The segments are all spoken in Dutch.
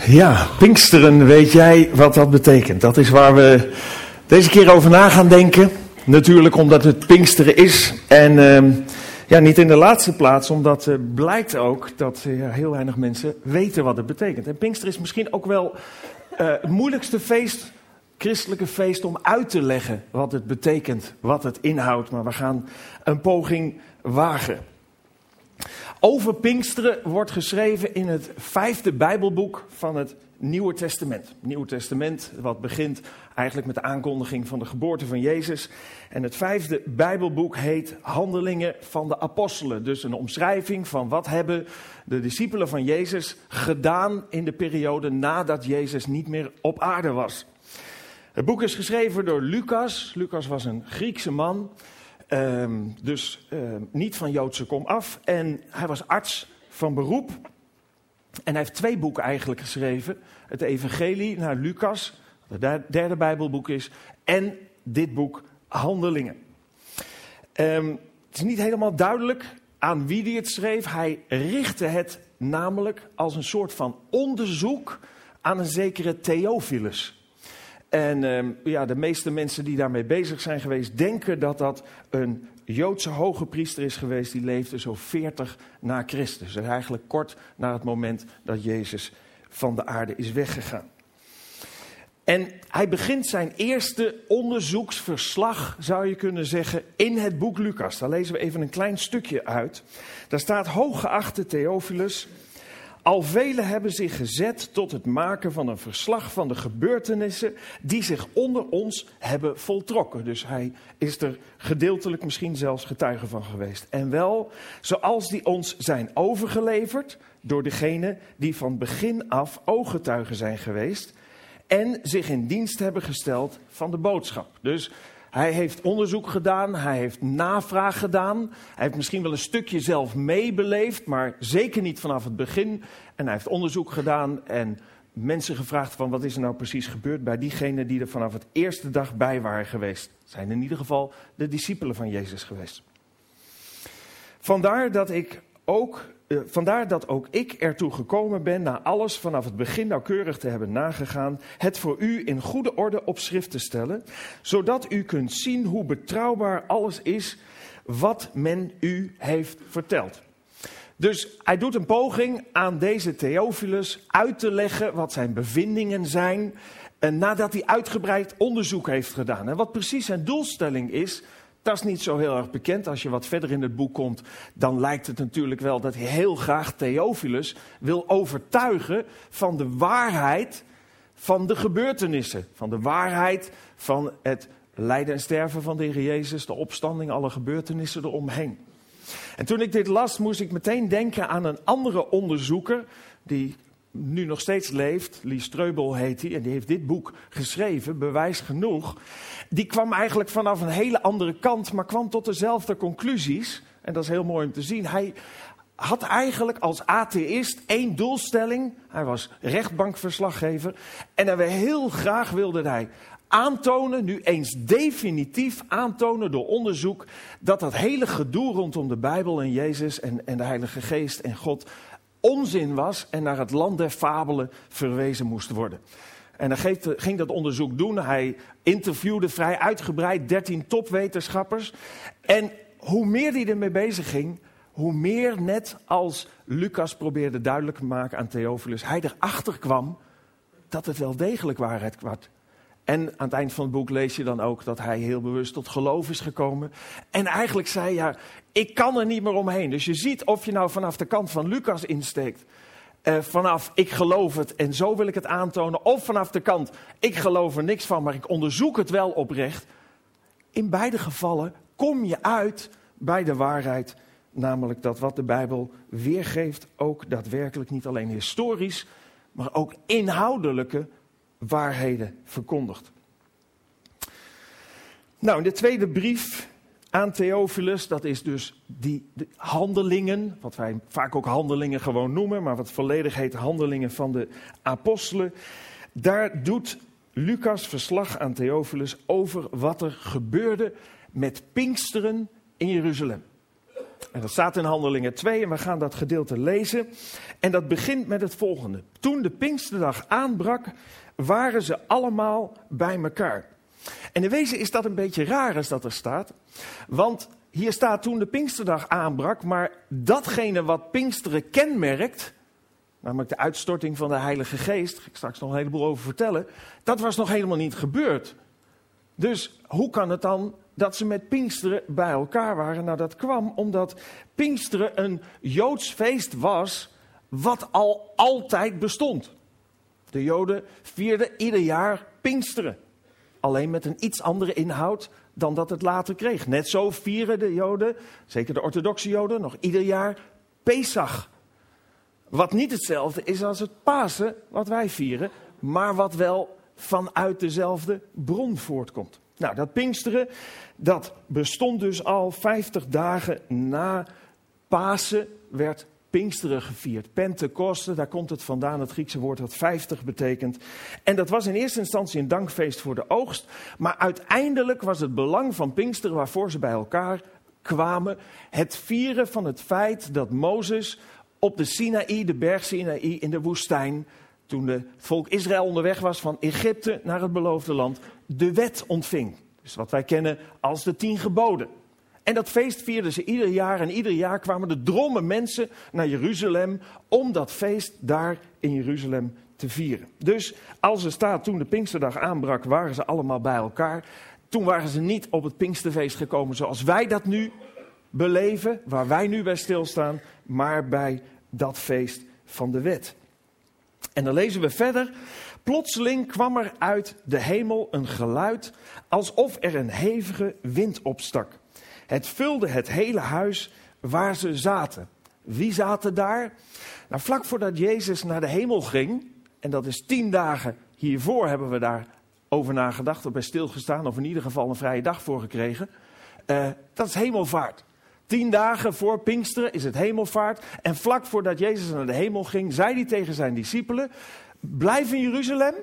Ja, Pinksteren, weet jij wat dat betekent? Dat is waar we deze keer over na gaan denken. Natuurlijk omdat het Pinksteren is. En niet in de laatste plaats, omdat blijkt ook dat heel weinig mensen weten wat het betekent. En Pinksteren is misschien ook wel het moeilijkste feest, christelijke feest, om uit te leggen wat het betekent, wat het inhoudt. Maar we gaan een poging wagen. Over Pinksteren wordt geschreven in het 5e Bijbelboek van het Nieuwe Testament. Het Nieuwe Testament wat begint eigenlijk met de aankondiging van de geboorte van Jezus. En het 5e Bijbelboek heet Handelingen van de Apostelen. Dus een omschrijving van wat hebben de discipelen van Jezus gedaan in de periode nadat Jezus niet meer op aarde was. Het boek is geschreven door Lucas. Lucas was een Griekse man. Niet van Joodse komaf. En hij was arts van beroep. En hij heeft 2 boeken eigenlijk geschreven. Het Evangelie naar Lucas, dat het 3e Bijbelboek is. En dit boek Handelingen. Het is niet helemaal duidelijk aan wie hij het schreef. Hij richtte het namelijk als een soort van onderzoek aan een zekere Theophilus. En de meeste mensen die daarmee bezig zijn geweest denken dat dat een Joodse hoge priester is geweest. Die leefde zo 40 na Christus. Dus eigenlijk kort na het moment dat Jezus van de aarde is weggegaan. En hij begint zijn eerste onderzoeksverslag, zou je kunnen zeggen, in het boek Lucas. Daar lezen we even een klein stukje uit. Daar staat: hooggeachte Theophilus, al velen hebben zich gezet tot het maken van een verslag van de gebeurtenissen die zich onder ons hebben voltrokken. Dus hij is er gedeeltelijk misschien zelfs getuige van geweest. En wel zoals die ons zijn overgeleverd door degenen die van begin af ooggetuigen zijn geweest en zich in dienst hebben gesteld van de boodschap. Dus hij heeft onderzoek gedaan, hij heeft navraag gedaan. Hij heeft misschien wel een stukje zelf meebeleefd, maar zeker niet vanaf het begin. En hij heeft onderzoek gedaan en mensen gevraagd van wat is er nou precies gebeurd bij diegenen die er vanaf het eerste dag bij waren geweest. Dat zijn in ieder geval de discipelen van Jezus geweest. Vandaar dat ook ik ertoe gekomen ben na alles vanaf het begin nauwkeurig te hebben nagegaan, het voor u in goede orde op schrift te stellen, zodat u kunt zien hoe betrouwbaar alles is wat men u heeft verteld. Dus hij doet een poging aan deze Theophilus uit te leggen wat zijn bevindingen zijn, nadat hij uitgebreid onderzoek heeft gedaan. En wat precies zijn doelstelling is, dat is niet zo heel erg bekend. Als je wat verder in het boek komt, dan lijkt het natuurlijk wel dat hij heel graag Theophilus wil overtuigen van de waarheid van de gebeurtenissen. Van de waarheid van het lijden en sterven van de Heer Jezus, de opstanding, alle gebeurtenissen eromheen. En toen ik dit las, moest ik meteen denken aan een andere onderzoeker die nu nog steeds leeft. Lee Strobel heet hij en die heeft dit boek geschreven, Bewijs genoeg. Die kwam eigenlijk vanaf een hele andere kant, maar kwam tot dezelfde conclusies. En dat is heel mooi om te zien. Hij had eigenlijk als atheïst 1 doelstelling. Hij was rechtbankverslaggever. En heel graag wilde hij aantonen, nu eens definitief aantonen door onderzoek, dat dat hele gedoe rondom de Bijbel en Jezus en de Heilige Geest en God onzin was en naar het land der fabelen verwezen moest worden. En hij ging dat onderzoek doen. Hij interviewde vrij uitgebreid 13 topwetenschappers. En hoe meer hij ermee bezig ging, hoe meer, net als Lucas probeerde duidelijk te maken aan Theophilus, hij erachter kwam dat het wel degelijk waarheid was. En aan het eind van het boek lees je dan ook dat hij heel bewust tot geloof is gekomen. En eigenlijk zei, ik kan er niet meer omheen. Dus je ziet of je nou vanaf de kant van Lucas insteekt. Vanaf ik geloof het en zo wil ik het aantonen. Of vanaf de kant ik geloof er niks van, maar ik onderzoek het wel oprecht. In beide gevallen kom je uit bij de waarheid. Namelijk dat wat de Bijbel weergeeft ook daadwerkelijk niet alleen historisch, maar ook inhoudelijke waarheden verkondigt. Nou, in de tweede brief aan Theophilus, dat is dus de handelingen, wat wij vaak ook handelingen gewoon noemen, maar wat volledig heet handelingen van de apostelen. Daar doet Lucas verslag aan Theophilus over wat er gebeurde met Pinksteren in Jeruzalem. En dat staat in Handelingen 2 en we gaan dat gedeelte lezen. En dat begint met het volgende. Toen de Pinksterdag aanbrak, waren ze allemaal bij elkaar. En in wezen is dat een beetje raar als dat er staat. Want hier staat toen de Pinksterdag aanbrak, maar datgene wat Pinksteren kenmerkt, namelijk de uitstorting van de Heilige Geest, daar ga ik straks nog een heleboel over vertellen, dat was nog helemaal niet gebeurd. Dus hoe kan het dan dat ze met Pinksteren bij elkaar waren? Nou, dat kwam omdat Pinksteren een Joods feest was wat al altijd bestond. De Joden vierden ieder jaar Pinksteren. Alleen met een iets andere inhoud dan dat het later kreeg. Net zo vieren de Joden, zeker de orthodoxe Joden, nog ieder jaar Pesach. Wat niet hetzelfde is als het Pasen, wat wij vieren, maar wat wel vanuit dezelfde bron voortkomt. Nou, dat Pinksteren, dat bestond dus al 50 dagen na Pasen, werd Pinksteren gevierd. Pentekoste, daar komt het vandaan, het Griekse woord dat 50 betekent. En dat was in eerste instantie een dankfeest voor de oogst. Maar uiteindelijk was het belang van Pinksteren waarvoor ze bij elkaar kwamen het vieren van het feit dat Mozes op de Sinaï, de berg Sinaï in de woestijn, toen het volk Israël onderweg was van Egypte naar het beloofde land, de wet ontving. Dus wat wij kennen als de 10 geboden. En dat feest vierden ze ieder jaar en ieder jaar kwamen de drommen mensen naar Jeruzalem om dat feest daar in Jeruzalem te vieren. Dus als er staat toen de Pinksterdag aanbrak, waren ze allemaal bij elkaar. Toen waren ze niet op het Pinksterfeest gekomen zoals wij dat nu beleven, waar wij nu bij stilstaan, maar bij dat feest van de wet. En dan lezen we verder. Plotseling kwam er uit de hemel een geluid alsof er een hevige wind opstak. Het vulde het hele huis waar ze zaten. Wie zaten daar? Nou, vlak voordat Jezus naar de hemel ging, en dat is 10 dagen hiervoor hebben we daar over nagedacht, of bij stilgestaan, of in ieder geval een vrije dag voor gekregen. Dat is hemelvaart. 10 dagen voor Pinksteren is het hemelvaart. En vlak voordat Jezus naar de hemel ging, zei hij tegen zijn discipelen: blijf in Jeruzalem,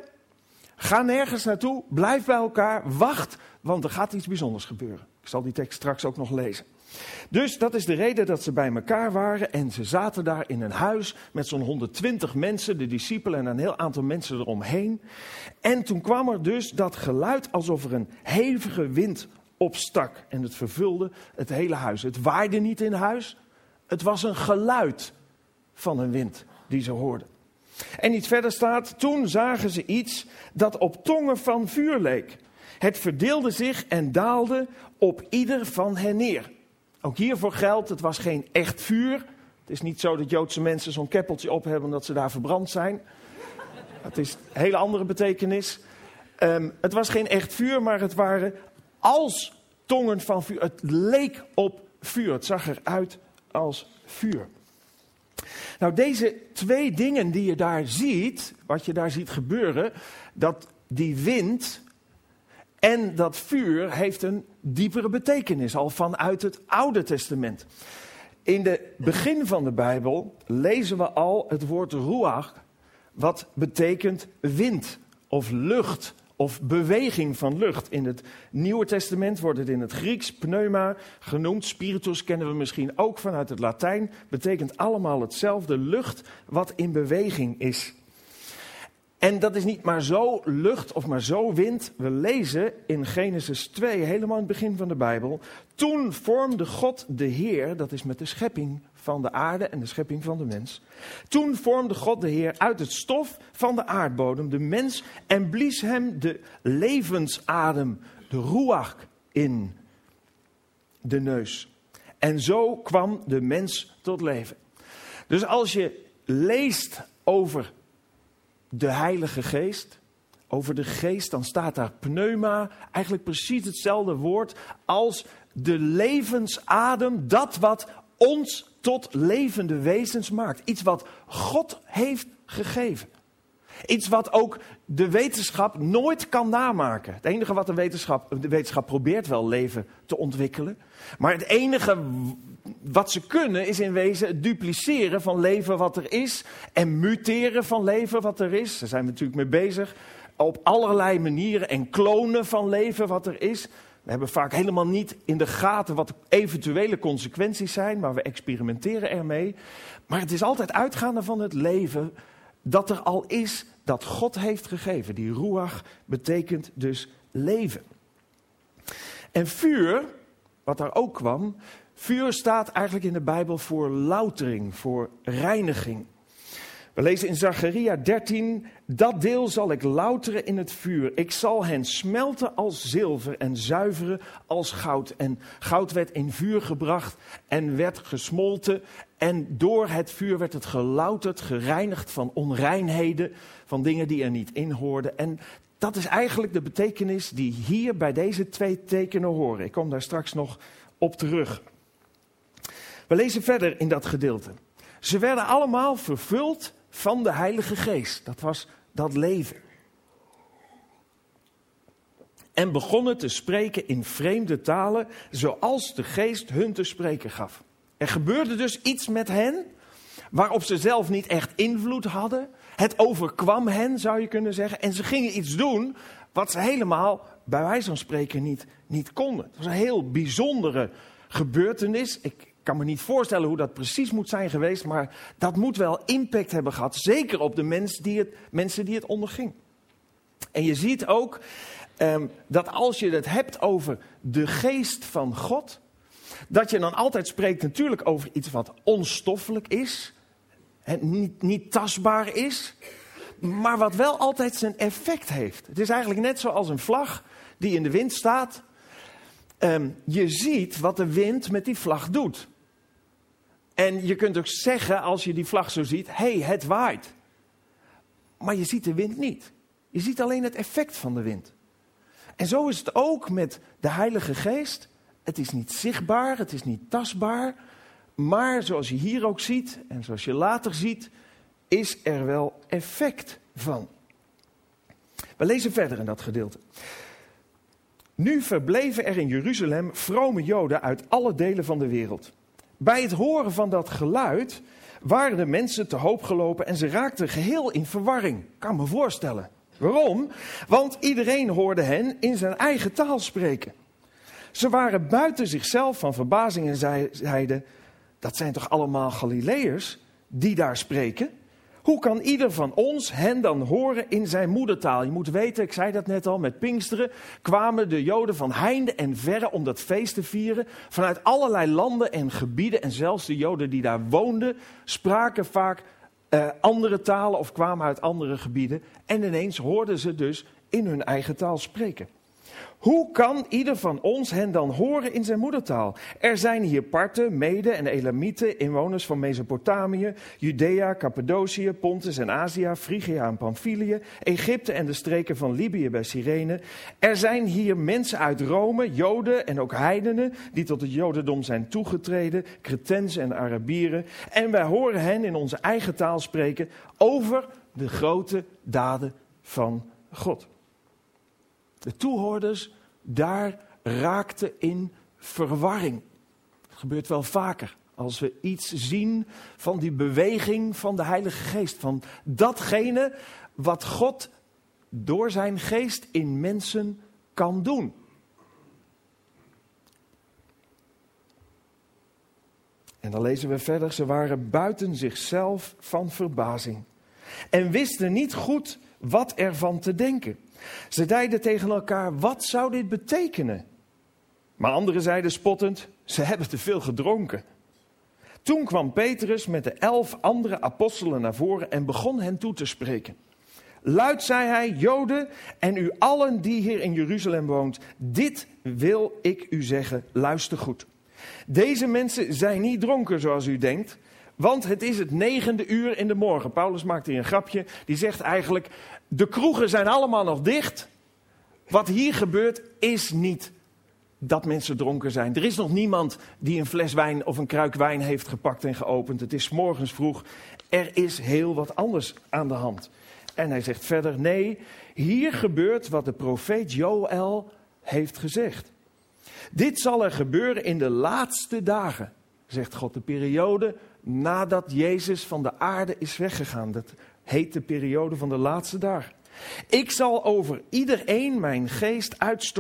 ga nergens naartoe, blijf bij elkaar, wacht, want er gaat iets bijzonders gebeuren. Ik zal die tekst straks ook nog lezen. Dus dat is de reden dat ze bij elkaar waren en ze zaten daar in een huis met zo'n 120 mensen, de discipelen en een heel aantal mensen eromheen. En toen kwam er dus dat geluid alsof er een hevige wind opstak en het vervulde het hele huis. Het waaide niet in huis, het was een geluid van een wind die ze hoorden. En iets verder staat, toen zagen ze iets dat op tongen van vuur leek. Het verdeelde zich en daalde op ieder van hen neer. Ook hiervoor geldt, het was geen echt vuur. Het is niet zo dat Joodse mensen zo'n keppeltje op hebben omdat ze daar verbrand zijn. Het is een hele andere betekenis. Het was geen echt vuur, maar het waren als tongen van vuur. Het leek op vuur. Het zag eruit als vuur. Nou, deze 2 dingen die je daar ziet, wat je daar ziet gebeuren, dat die wind en dat vuur heeft een diepere betekenis, al vanuit het Oude Testament. In het begin van de Bijbel lezen we al het woord ruach, wat betekent wind of lucht of beweging van lucht. In het Nieuwe Testament wordt het in het Grieks pneuma genoemd. Spiritus kennen we misschien ook vanuit het Latijn. Betekent allemaal hetzelfde, lucht wat in beweging is. En dat is niet maar zo lucht of maar zo wind. We lezen in Genesis 2, helemaal in het begin van de Bijbel. Toen vormde God de Heer, dat is met de schepping van de aarde en de schepping van de mens. Toen vormde God de Heer uit het stof van de aardbodem de mens en blies hem de levensadem, de ruach, in de neus. En zo kwam de mens tot leven. Dus als je leest over de Heilige Geest, over de geest, dan staat daar pneuma, eigenlijk precies hetzelfde woord als de levensadem, dat wat ons tot levende wezens maakt. Iets wat God heeft gegeven. Iets wat ook de wetenschap nooit kan namaken. Het enige wat de wetenschap probeert wel leven te ontwikkelen. Maar het enige wat ze kunnen is in wezen het dupliceren van leven wat er is. En muteren van leven wat er is. Daar zijn we natuurlijk mee bezig. Op allerlei manieren. En klonen van leven wat er is. We hebben vaak helemaal niet in de gaten wat de eventuele consequenties zijn, maar we experimenteren ermee. Maar het is altijd uitgaande van het leven dat er al is, dat God heeft gegeven. Die ruach betekent dus leven. En vuur, wat daar ook kwam, vuur staat eigenlijk in de Bijbel voor loutering, voor reiniging. We lezen in Zacharia 13, dat deel zal ik louteren in het vuur. Ik zal hen smelten als zilver en zuiveren als goud. En goud werd in vuur gebracht en werd gesmolten. En door het vuur werd het gelouterd, gereinigd van onreinheden, van dingen die er niet in hoorden. En dat is eigenlijk de betekenis die hier bij deze 2 tekenen horen. Ik kom daar straks nog op terug. We lezen verder in dat gedeelte. Ze werden allemaal vervuld van de Heilige Geest. Dat was dat leven. En begonnen te spreken in vreemde talen, zoals de Geest hun te spreken gaf. Er gebeurde dus iets met hen, waarop ze zelf niet echt invloed hadden. Het overkwam hen, zou je kunnen zeggen. En ze gingen iets doen wat ze helemaal, bij wijze van spreken, niet konden. Het was een heel bijzondere gebeurtenis. Ik kan me niet voorstellen hoe dat precies moet zijn geweest, maar dat moet wel impact hebben gehad. Zeker op de mensen die het onderging. En je ziet ook dat als je het hebt over de geest van God, dat je dan altijd spreekt natuurlijk over iets wat onstoffelijk is, niet tastbaar is, maar wat wel altijd zijn effect heeft. Het is eigenlijk net zoals een vlag die in de wind staat. Je ziet wat de wind met die vlag doet. En je kunt ook zeggen, als je die vlag zo ziet, het waait. Maar je ziet de wind niet. Je ziet alleen het effect van de wind. En zo is het ook met de Heilige Geest. Het is niet zichtbaar, het is niet tastbaar. Maar zoals je hier ook ziet, en zoals je later ziet, is er wel effect van. We lezen verder in dat gedeelte. Nu verbleven er in Jeruzalem vrome Joden uit alle delen van de wereld. Bij het horen van dat geluid waren de mensen te hoop gelopen en ze raakten geheel in verwarring. Kan me voorstellen. Waarom? Want iedereen hoorde hen in zijn eigen taal spreken. Ze waren buiten zichzelf van verbazing en zeiden, dat zijn toch allemaal Galileërs die daar spreken? Hoe kan ieder van ons hen dan horen in zijn moedertaal? Je moet weten, ik zei dat net al, met Pinksteren kwamen de Joden van heinde en verre om dat feest te vieren. Vanuit allerlei landen en gebieden en zelfs de Joden die daar woonden, spraken vaak andere talen of kwamen uit andere gebieden. En ineens hoorden ze dus in hun eigen taal spreken. Hoe kan ieder van ons hen dan horen in zijn moedertaal? Er zijn hier Parten, Meden en Elamieten, inwoners van Mesopotamië, Judea, Cappadocië, Pontus en Azië, Frigia en Pamphylië, Egypte en de streken van Libië bij Cyrene. Er zijn hier mensen uit Rome, Joden en ook heidenen, die tot het Jodendom zijn toegetreden, Cretensen en Arabieren. En wij horen hen in onze eigen taal spreken over de grote daden van God. De toehoorders daar raakten in verwarring. Het gebeurt wel vaker als we iets zien van die beweging van de Heilige Geest. Van datgene wat God door zijn geest in mensen kan doen. En dan lezen we verder, ze waren buiten zichzelf van verbazing. En wisten niet goed wat ervan te denken. Ze zeiden tegen elkaar, wat zou dit betekenen? Maar anderen zeiden spottend, ze hebben te veel gedronken. Toen kwam Petrus met de 11 andere apostelen naar voren en begon hen toe te spreken. Luid zei hij, Joden en u allen die hier in Jeruzalem woont, dit wil ik u zeggen, luister goed. Deze mensen zijn niet dronken zoals u denkt, want het is het 9e uur in de morgen. Paulus maakt hier een grapje, die zegt eigenlijk, de kroegen zijn allemaal nog dicht. Wat hier gebeurt is niet dat mensen dronken zijn. Er is nog niemand die een fles wijn of een kruik wijn heeft gepakt en geopend. Het is 's morgens vroeg. Er is heel wat anders aan de hand. En hij zegt verder, nee, hier gebeurt wat de profeet Joël heeft gezegd. Dit zal er gebeuren in de laatste dagen, zegt God, de periode nadat Jezus van de aarde is weggegaan. Dat heet de periode van de laatste dagen. Ik zal over iedereen mijn geest uitstorten.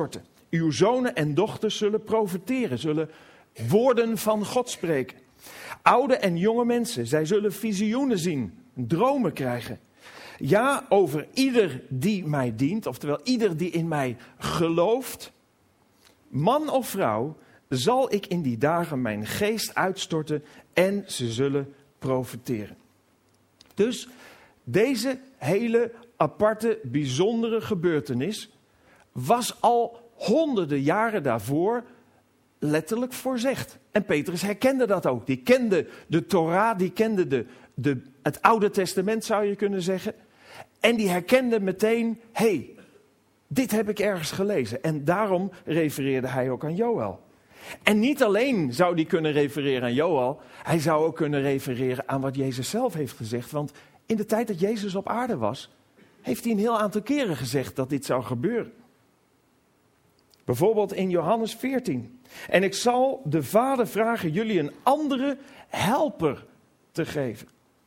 Uw zonen en dochters zullen profeteren, zullen woorden van God spreken. Oude en jonge mensen, zij zullen visioenen zien, dromen krijgen. Ja, over ieder die mij dient, oftewel ieder die in mij gelooft, man of vrouw, zal ik in die dagen mijn geest uitstorten en ze zullen profeteren. Dus deze hele aparte, bijzondere gebeurtenis was al honderden jaren daarvoor letterlijk voorzegd. En Petrus herkende dat ook. Die kende de Torah, die kende het Oude Testament zou je kunnen zeggen. En die herkende meteen, hey, dit heb ik ergens gelezen. En daarom refereerde hij ook aan Joël. En niet alleen zou hij kunnen refereren aan Joël, hij zou ook kunnen refereren aan wat Jezus zelf heeft gezegd. Want in de tijd dat Jezus op aarde was, heeft hij een heel aantal keren gezegd dat dit zou gebeuren. Bijvoorbeeld in Johannes 14. En ik zal de Vader vragen jullie een andere helper te geven,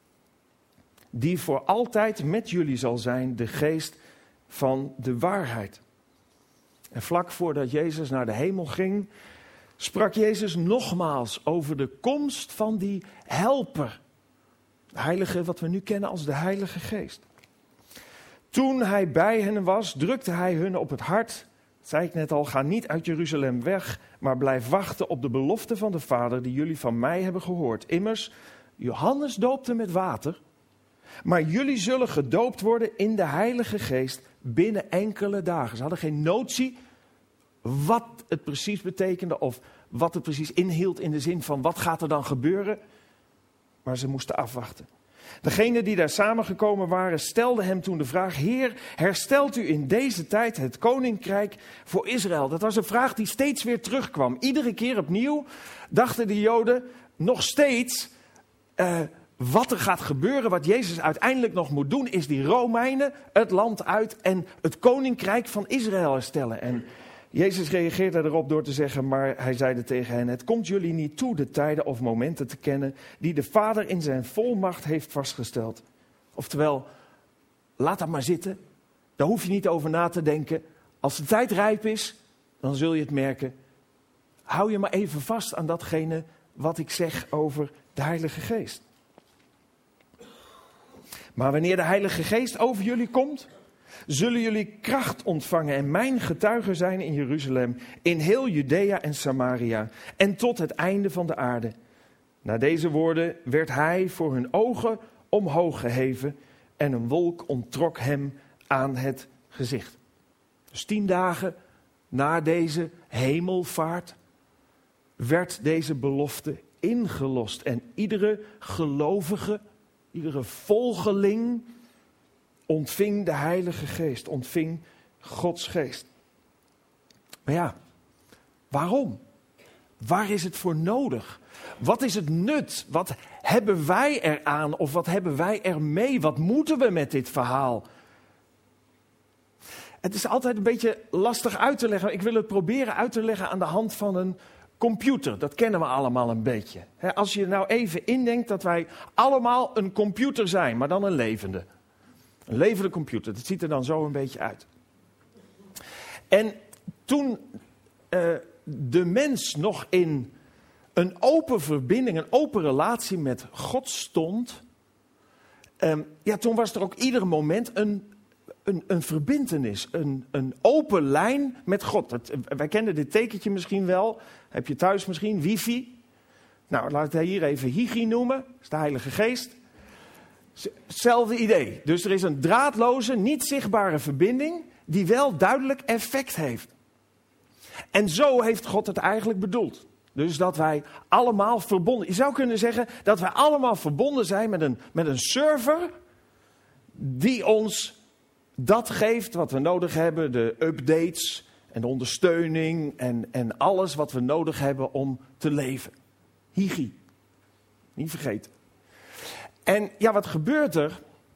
die voor altijd met jullie zal zijn, de geest van de waarheid. En vlak voordat Jezus naar de hemel ging, sprak Jezus nogmaals over de komst van die helper. De heilige, wat we nu kennen als de Heilige Geest. Toen hij bij hen was, drukte hij hun op het hart. Dat zei ik net al, ga niet uit Jeruzalem weg, maar blijf wachten op de belofte van de Vader die jullie van mij hebben gehoord. Immers, Johannes doopte met water, maar jullie zullen gedoopt worden in de Heilige Geest binnen enkele dagen. Ze hadden geen notie wat het precies betekende of wat het precies inhield in de zin van wat gaat er dan gebeuren. Maar ze moesten afwachten. Degenen die daar samengekomen waren stelden hem toen de vraag: Heer, herstelt u in deze tijd het koninkrijk voor Israël? Dat was een vraag die steeds weer terugkwam. Iedere keer opnieuw dachten de Joden nog steeds wat er gaat gebeuren, wat Jezus uiteindelijk nog moet doen, is die Romeinen het land uit en het koninkrijk van Israël herstellen. En Jezus reageerde erop door te zeggen, maar hij zeide tegen hen: het komt jullie niet toe de tijden of momenten te kennen die de Vader in zijn volmacht heeft vastgesteld. Oftewel, laat dat maar zitten. Daar hoef je niet over na te denken. Als de tijd rijp is, dan zul je het merken. Hou je maar even vast aan datgene wat ik zeg over de Heilige Geest. Maar wanneer de Heilige Geest over jullie komt, zullen jullie kracht ontvangen en mijn getuigen zijn in Jeruzalem, in heel Judea en Samaria en tot het einde van de aarde. Na deze woorden werd hij voor hun ogen omhoog geheven en een wolk onttrok hem aan het gezicht. Dus 10 dagen na deze hemelvaart werd deze belofte ingelost en iedere gelovige, iedere volgeling ontving de Heilige Geest, ontving Gods Geest. Maar ja, waarom? Waar is het voor nodig? Wat is het nut? Wat hebben wij eraan of wat hebben wij ermee? Wat moeten we met dit verhaal? Het is altijd een beetje lastig uit te leggen. Ik wil het proberen uit te leggen aan de hand van een computer. Dat kennen we allemaal een beetje. Als je nou even indenkt dat wij allemaal een computer zijn, maar dan een levende. Een levende computer, dat ziet er dan zo een beetje uit. En toen de mens nog in een open verbinding, een open relatie met God stond, toen was er ook ieder moment een verbintenis, een open lijn met God. Wij kennen dit tekentje misschien wel, heb je thuis misschien, wifi. Nou, laten we hier even Higi noemen, dat is de Heilige Geest. Hetzelfde idee. Dus er is een draadloze, niet zichtbare verbinding die wel duidelijk effect heeft. En zo heeft God het eigenlijk bedoeld. Dus dat wij allemaal verbonden... Je zou kunnen zeggen dat wij allemaal verbonden zijn met een server die ons dat geeft wat we nodig hebben. De updates en de ondersteuning en alles wat we nodig hebben om te leven. Higi. Niet vergeten. En ja, wat gebeurt er?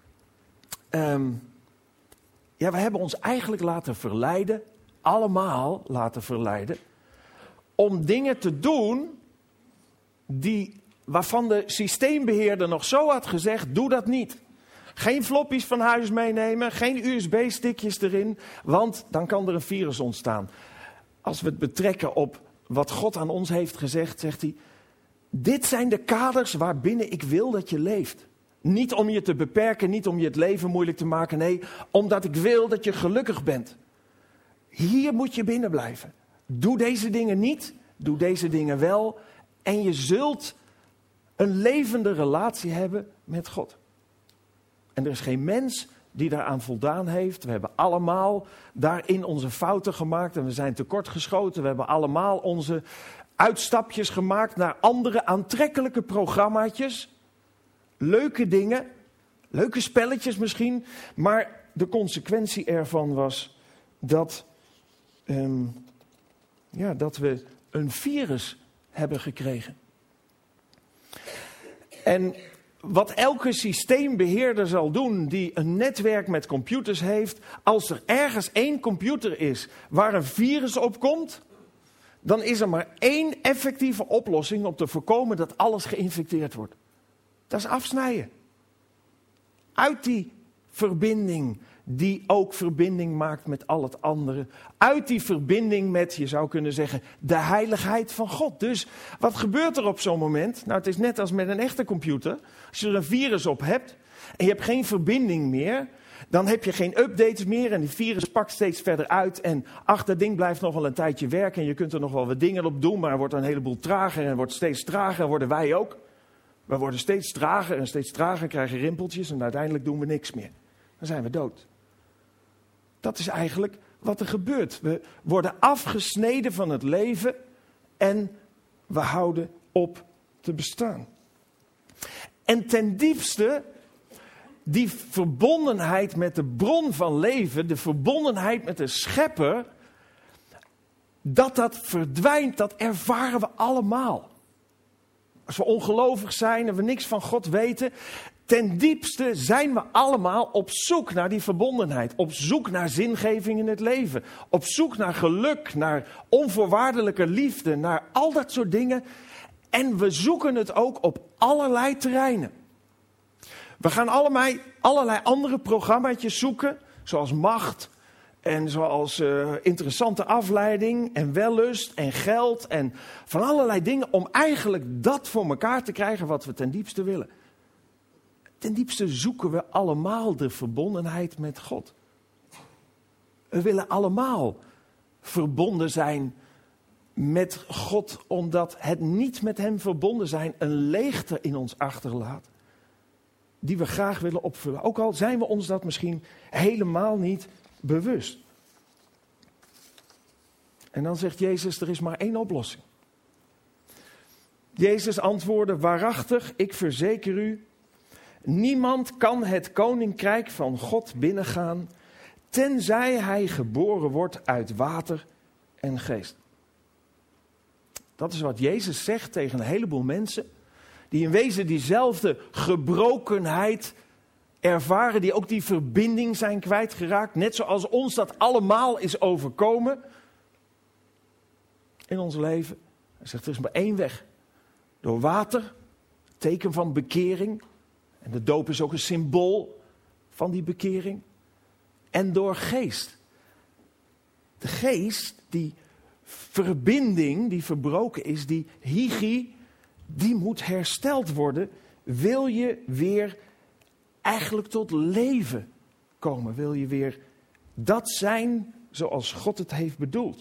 We hebben ons eigenlijk laten verleiden, allemaal laten verleiden, om dingen te doen waarvan de systeembeheerder nog zo had gezegd, doe dat niet. Geen floppies van huis meenemen, geen USB-stickjes erin, want dan kan er een virus ontstaan. als we het betrekken op wat God aan ons heeft gezegd, zegt hij, dit zijn de kaders waarbinnen ik wil dat je leeft. Niet om je te beperken, niet om je het leven moeilijk te maken, nee, omdat ik wil dat je gelukkig bent. Hier moet je binnen blijven. Doe deze dingen niet, doe deze dingen wel en je zult een levende relatie hebben met God. En er is geen mens die daaraan voldaan heeft. We hebben allemaal daarin onze fouten gemaakt en we zijn tekortgeschoten. We hebben allemaal onze uitstapjes gemaakt naar andere aantrekkelijke programmaatjes. Leuke dingen, leuke spelletjes misschien. Maar de consequentie ervan was dat we een virus hebben gekregen. En wat elke systeembeheerder zal doen die een netwerk met computers heeft, als er ergens één computer is waar een virus op komt, dan is er maar één effectieve oplossing om te voorkomen dat alles geïnfecteerd wordt. Dat is afsnijden. Uit die verbinding die ook verbinding maakt met al het andere. Uit die verbinding met, je zou kunnen zeggen, de heiligheid van God. Dus wat gebeurt er op zo'n moment? Nou, het is net als met een echte computer. Als je er een virus op hebt en je hebt geen verbinding meer, dan heb je geen updates meer en die virus pakt steeds verder uit. En ach, dat ding blijft nog wel een tijdje werken en je kunt er nog wel wat dingen op doen, maar het wordt een heleboel trager en wordt steeds trager en worden wij ook. We worden steeds trager, krijgen rimpeltjes en uiteindelijk doen we niks meer. Dan zijn we dood. Dat is eigenlijk wat er gebeurt. We worden afgesneden van het leven en we houden op te bestaan. En ten diepste, die verbondenheid met de bron van leven, de verbondenheid met de schepper, dat verdwijnt, dat ervaren we allemaal. Als we ongelovig zijn en we niks van God weten, ten diepste zijn we allemaal op zoek naar die verbondenheid. Op zoek naar zingeving in het leven. Op zoek naar geluk, naar onvoorwaardelijke liefde, naar al dat soort dingen. En we zoeken het ook op allerlei terreinen. We gaan allerlei andere programmaatjes zoeken, zoals macht en zoals interessante afleiding en wellust en geld en van allerlei dingen om eigenlijk dat voor elkaar te krijgen wat we ten diepste willen. Ten diepste zoeken we allemaal de verbondenheid met God. We willen allemaal verbonden zijn met God, omdat het niet met hem verbonden zijn een leegte in ons achterlaat, die we graag willen opvullen. Ook al zijn we ons dat misschien helemaal niet bewust. En dan zegt Jezus, er is maar één oplossing. Jezus antwoordde, waarachtig, ik verzeker u, niemand kan het koninkrijk van God binnengaan, tenzij hij geboren wordt uit water en geest. Dat is wat Jezus zegt tegen een heleboel mensen, die in wezen diezelfde gebrokenheid ervaren, die ook die verbinding zijn kwijtgeraakt, net zoals ons dat allemaal is overkomen in ons leven. Hij zegt, er is maar één weg. Door water, teken van bekering. En de doop is ook een symbool van die bekering. En door geest. De geest, die verbinding die verbroken is, die hygie, die moet hersteld worden. Wil je weer eigenlijk tot leven komen? Wil je weer dat zijn zoals God het heeft bedoeld?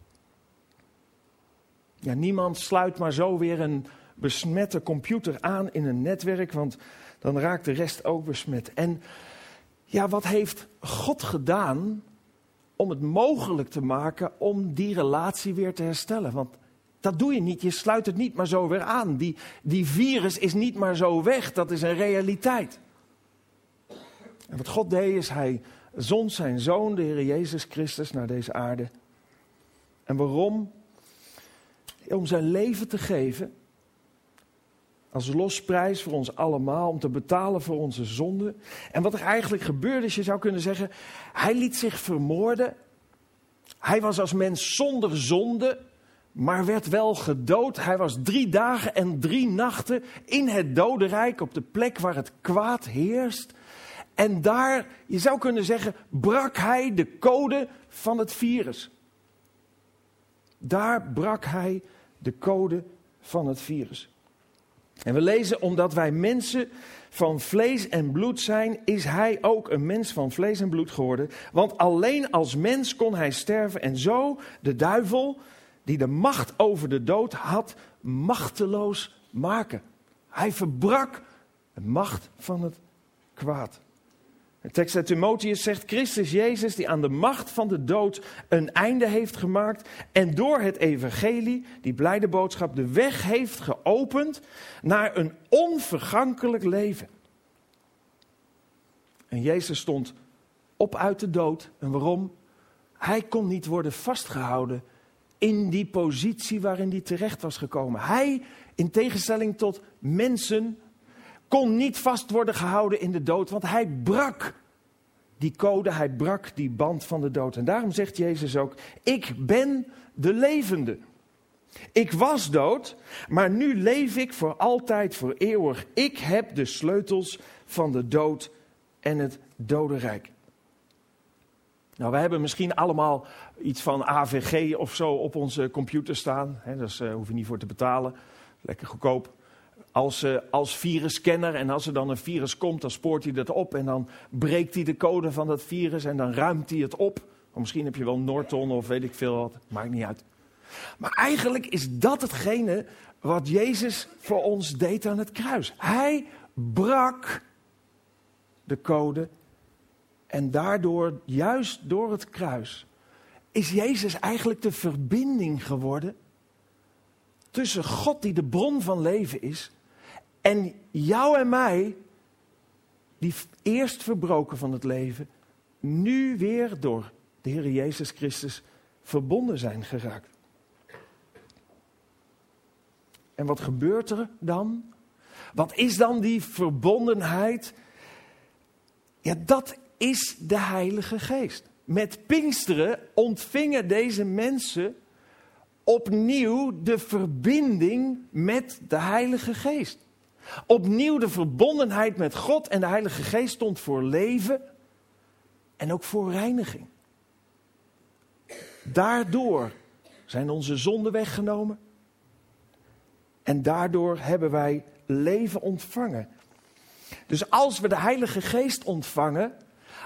Ja, niemand sluit maar zo weer een besmette computer aan in een netwerk, want dan raakt de rest ook besmet. En ja, wat heeft God gedaan om het mogelijk te maken om die relatie weer te herstellen? Want dat doe je niet, je sluit het niet maar zo weer aan. Die virus is niet maar zo weg, dat is een realiteit. En wat God deed is, hij zond zijn zoon, de Heer Jezus Christus, naar deze aarde. En waarom? Om zijn leven te geven, als losprijs voor ons allemaal, om te betalen voor onze zonden. En wat er eigenlijk gebeurde is, je zou kunnen zeggen, hij liet zich vermoorden. Hij was als mens zonder zonde, maar werd wel gedood. Hij was 3 dagen en 3 nachten in het dodenrijk, op de plek waar het kwaad heerst. En daar, je zou kunnen zeggen, brak hij de code van het virus. Daar brak hij de code van het virus. En we lezen, omdat wij mensen van vlees en bloed zijn, is hij ook een mens van vlees en bloed geworden. Want alleen als mens kon hij sterven en zo de duivel, die de macht over de dood had, machteloos maken. Hij verbrak de macht van het kwaad. De tekst uit Timotheus zegt, Christus Jezus die aan de macht van de dood een einde heeft gemaakt en door het evangelie, die blijde boodschap, de weg heeft geopend naar een onvergankelijk leven. En Jezus stond op uit de dood. En waarom? Hij kon niet worden vastgehouden in die positie waarin hij terecht was gekomen. Hij, in tegenstelling tot mensen, kon niet vast worden gehouden in de dood, want hij brak die code, hij brak die band van de dood. En daarom zegt Jezus ook, ik ben de levende. Ik was dood, maar nu leef ik voor altijd, voor eeuwig. Ik heb de sleutels van de dood en het dodenrijk. Nou, wij hebben misschien allemaal iets van AVG of zo op onze computer staan. Daar hoef je niet voor te betalen, lekker goedkoop. Als virusscanner, en als er dan een virus komt, dan spoort hij dat op en dan breekt hij de code van dat virus en dan ruimt hij het op. Of misschien heb je wel Norton of weet ik veel wat, maakt niet uit. Maar eigenlijk is dat hetgene wat Jezus voor ons deed aan het kruis. Hij brak de code en daardoor, juist door het kruis, is Jezus eigenlijk de verbinding geworden tussen God die de bron van leven is en jou en mij, die eerst verbroken van het leven, nu weer door de Heer Jezus Christus verbonden zijn geraakt. En wat gebeurt er dan? Wat is dan die verbondenheid? Ja, dat is de Heilige Geest. Met Pinksteren ontvingen deze mensen opnieuw de verbinding met de Heilige Geest. Opnieuw de verbondenheid met God en de Heilige Geest stond voor leven en ook voor reiniging. Daardoor zijn onze zonden weggenomen en daardoor hebben wij leven ontvangen. Dus als we de Heilige Geest ontvangen,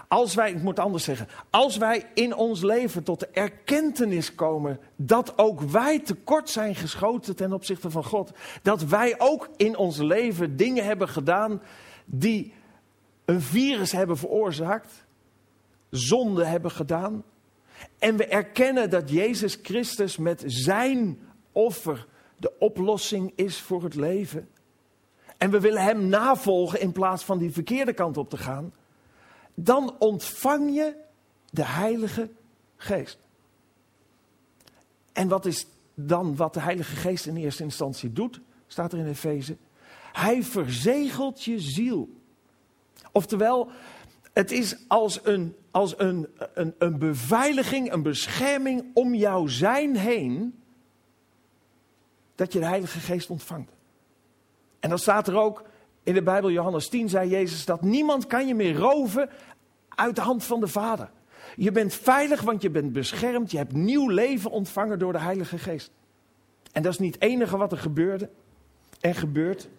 als wij in ons leven tot de erkentenis komen dat ook wij tekort zijn geschoten ten opzichte van God. Dat wij ook in ons leven dingen hebben gedaan die een virus hebben veroorzaakt. Zonde hebben gedaan. En we erkennen dat Jezus Christus met zijn offer de oplossing is voor het leven. En we willen hem navolgen in plaats van die verkeerde kant op te gaan. Dan ontvang je de Heilige Geest. En wat is dan wat de Heilige Geest in eerste instantie doet? Staat er in Efeze. Hij verzegelt je ziel. Oftewel, het is als een beveiliging, een bescherming om jouw zijn heen, dat je de Heilige Geest ontvangt. En dan staat er ook in de Bijbel, Johannes 10, zei Jezus, dat niemand kan je meer roven uit de hand van de Vader. Je bent veilig, want je bent beschermd. Je hebt nieuw leven ontvangen door de Heilige Geest. En dat is niet het enige wat er gebeurde en gebeurt.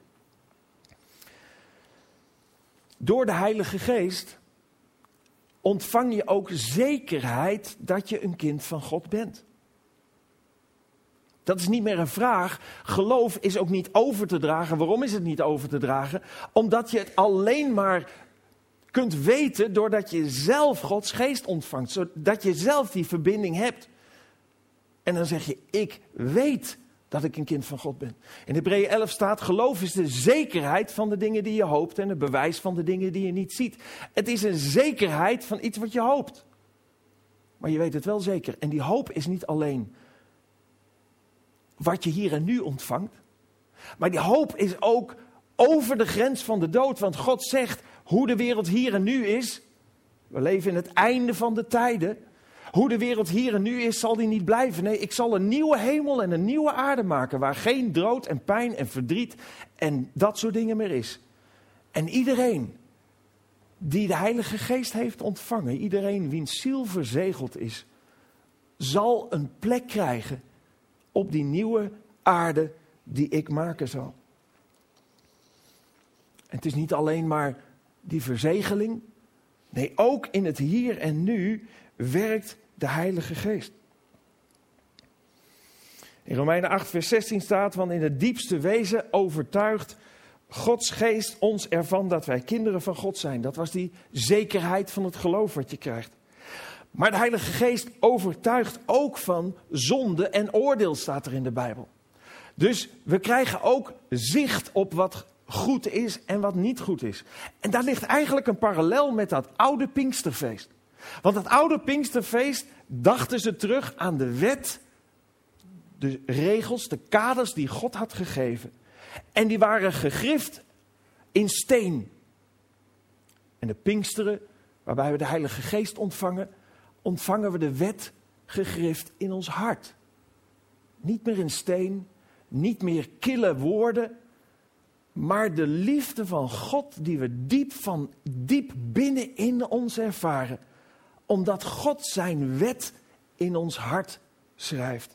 Door de Heilige Geest ontvang je ook zekerheid dat je een kind van God bent. Dat is niet meer een vraag. Geloof is ook niet over te dragen. Waarom is het niet over te dragen? Omdat je het alleen maar kunt weten doordat je zelf Gods Geest ontvangt. Zodat je zelf die verbinding hebt. En dan zeg je, ik weet dat ik een kind van God ben. In Hebreeën 11 staat, geloof is de zekerheid van de dingen die je hoopt en het bewijs van de dingen die je niet ziet. Het is een zekerheid van iets wat je hoopt. Maar je weet het wel zeker. En die hoop is niet alleen wat je hier en nu ontvangt. Maar die hoop is ook over de grens van de dood. Want God zegt hoe de wereld hier en nu is. We leven in het einde van de tijden. Hoe de wereld hier en nu is, zal die niet blijven. Nee, ik zal een nieuwe hemel en een nieuwe aarde maken. Waar geen dood en pijn en verdriet en dat soort dingen meer is. En iedereen die de Heilige Geest heeft ontvangen. Iedereen wiens ziel verzegeld is. Zal een plek krijgen op die nieuwe aarde die ik maken zal. En het is niet alleen maar die verzegeling. Nee, ook in het hier en nu werkt de Heilige Geest. In Romeinen 8 vers 16 staat, want in het diepste wezen overtuigt Gods Geest ons ervan dat wij kinderen van God zijn. Dat was die zekerheid van het geloof wat je krijgt. Maar de Heilige Geest overtuigt ook van zonde en oordeel, staat er in de Bijbel. Dus we krijgen ook zicht op wat goed is en wat niet goed is. En daar ligt eigenlijk een parallel met dat oude Pinksterfeest. Want dat oude Pinksterfeest dachten ze terug aan de wet, de regels, de kaders die God had gegeven. En die waren gegrift in steen. En de Pinksteren, waarbij we de Heilige Geest ontvangen we de wet gegrift in ons hart. Niet meer in steen, niet meer kille woorden, maar de liefde van God die we diep binnenin ons ervaren. Omdat God zijn wet in ons hart schrijft.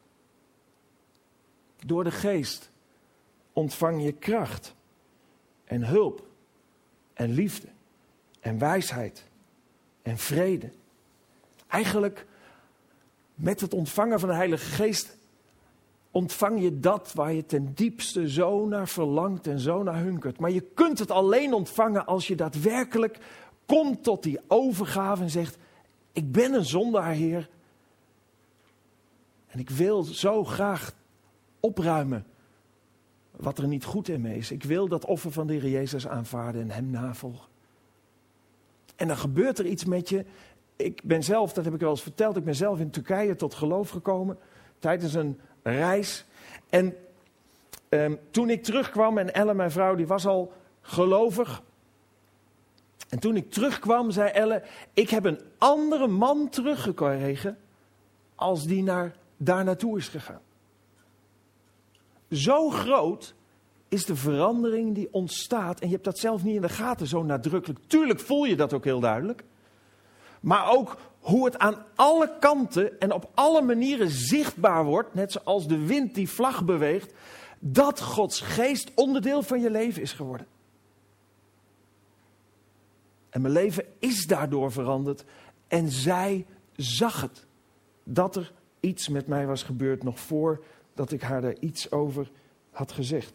Door de Geest ontvang je kracht en hulp en liefde en wijsheid en vrede. Eigenlijk met het ontvangen van de Heilige Geest ontvang je dat waar je ten diepste zo naar verlangt en zo naar hunkert. Maar je kunt het alleen ontvangen als je daadwerkelijk komt tot die overgave en zegt, ik ben een zondaar, Heer. En ik wil zo graag opruimen wat er niet goed in me is. Ik wil dat offer van de Heer Jezus aanvaarden en hem navolgen. En dan gebeurt er iets met je. Ik ben zelf, dat heb ik wel eens verteld, ik ben zelf in Turkije tot geloof gekomen tijdens een reis. En toen ik terugkwam, en Elle, mijn vrouw, die was al gelovig. En toen ik terugkwam, zei Elle, ik heb een andere man teruggekregen als die daar naartoe is gegaan. Zo groot is de verandering die ontstaat. En je hebt dat zelf niet in de gaten zo nadrukkelijk. Tuurlijk voel je dat ook heel duidelijk. Maar ook hoe het aan alle kanten en op alle manieren zichtbaar wordt, net zoals de wind die vlag beweegt, dat Gods Geest onderdeel van je leven is geworden. En mijn leven is daardoor veranderd. En zij zag het. Dat er iets met mij was gebeurd nog voordat ik haar daar iets over had gezegd.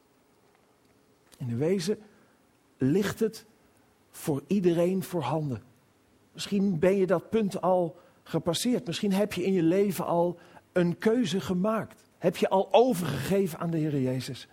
In wezen ligt het voor iedereen voorhanden. Misschien ben je dat punt al gepasseerd. Misschien heb je in je leven al een keuze gemaakt. Heb je al overgegeven aan de Heer Jezus.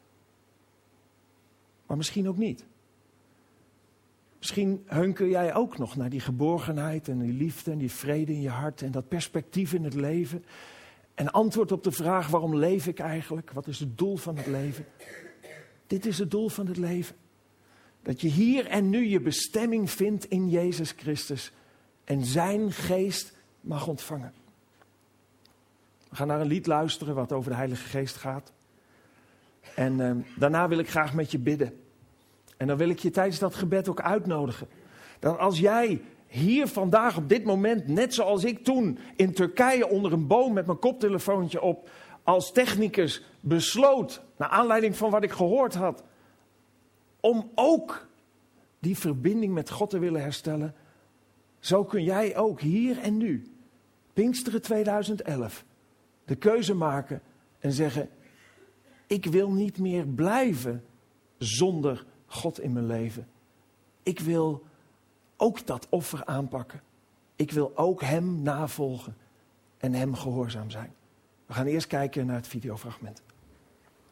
Maar misschien ook niet. Misschien hunker jij ook nog naar die geborgenheid en die liefde en die vrede in je hart en dat perspectief in het leven. En antwoord op de vraag, waarom leef ik eigenlijk? Wat is het doel van het leven? Dit is het doel van het leven. Dat je hier en nu je bestemming vindt in Jezus Christus. En zijn geest mag ontvangen. We gaan naar een lied luisteren wat over de Heilige Geest gaat. En daarna wil ik graag met je bidden. En dan wil ik je tijdens dat gebed ook uitnodigen. Dat als jij hier vandaag op dit moment, net zoals ik toen in Turkije onder een boom met mijn koptelefoontje op, als technicus besloot, naar aanleiding van wat ik gehoord had, om ook die verbinding met God te willen herstellen. Zo kun jij ook hier en nu, Pinksteren 2011, de keuze maken en zeggen, ik wil niet meer blijven zonder God in mijn leven. Ik wil ook dat offer aanpakken. Ik wil ook hem navolgen en hem gehoorzaam zijn. We gaan eerst kijken naar het videofragment.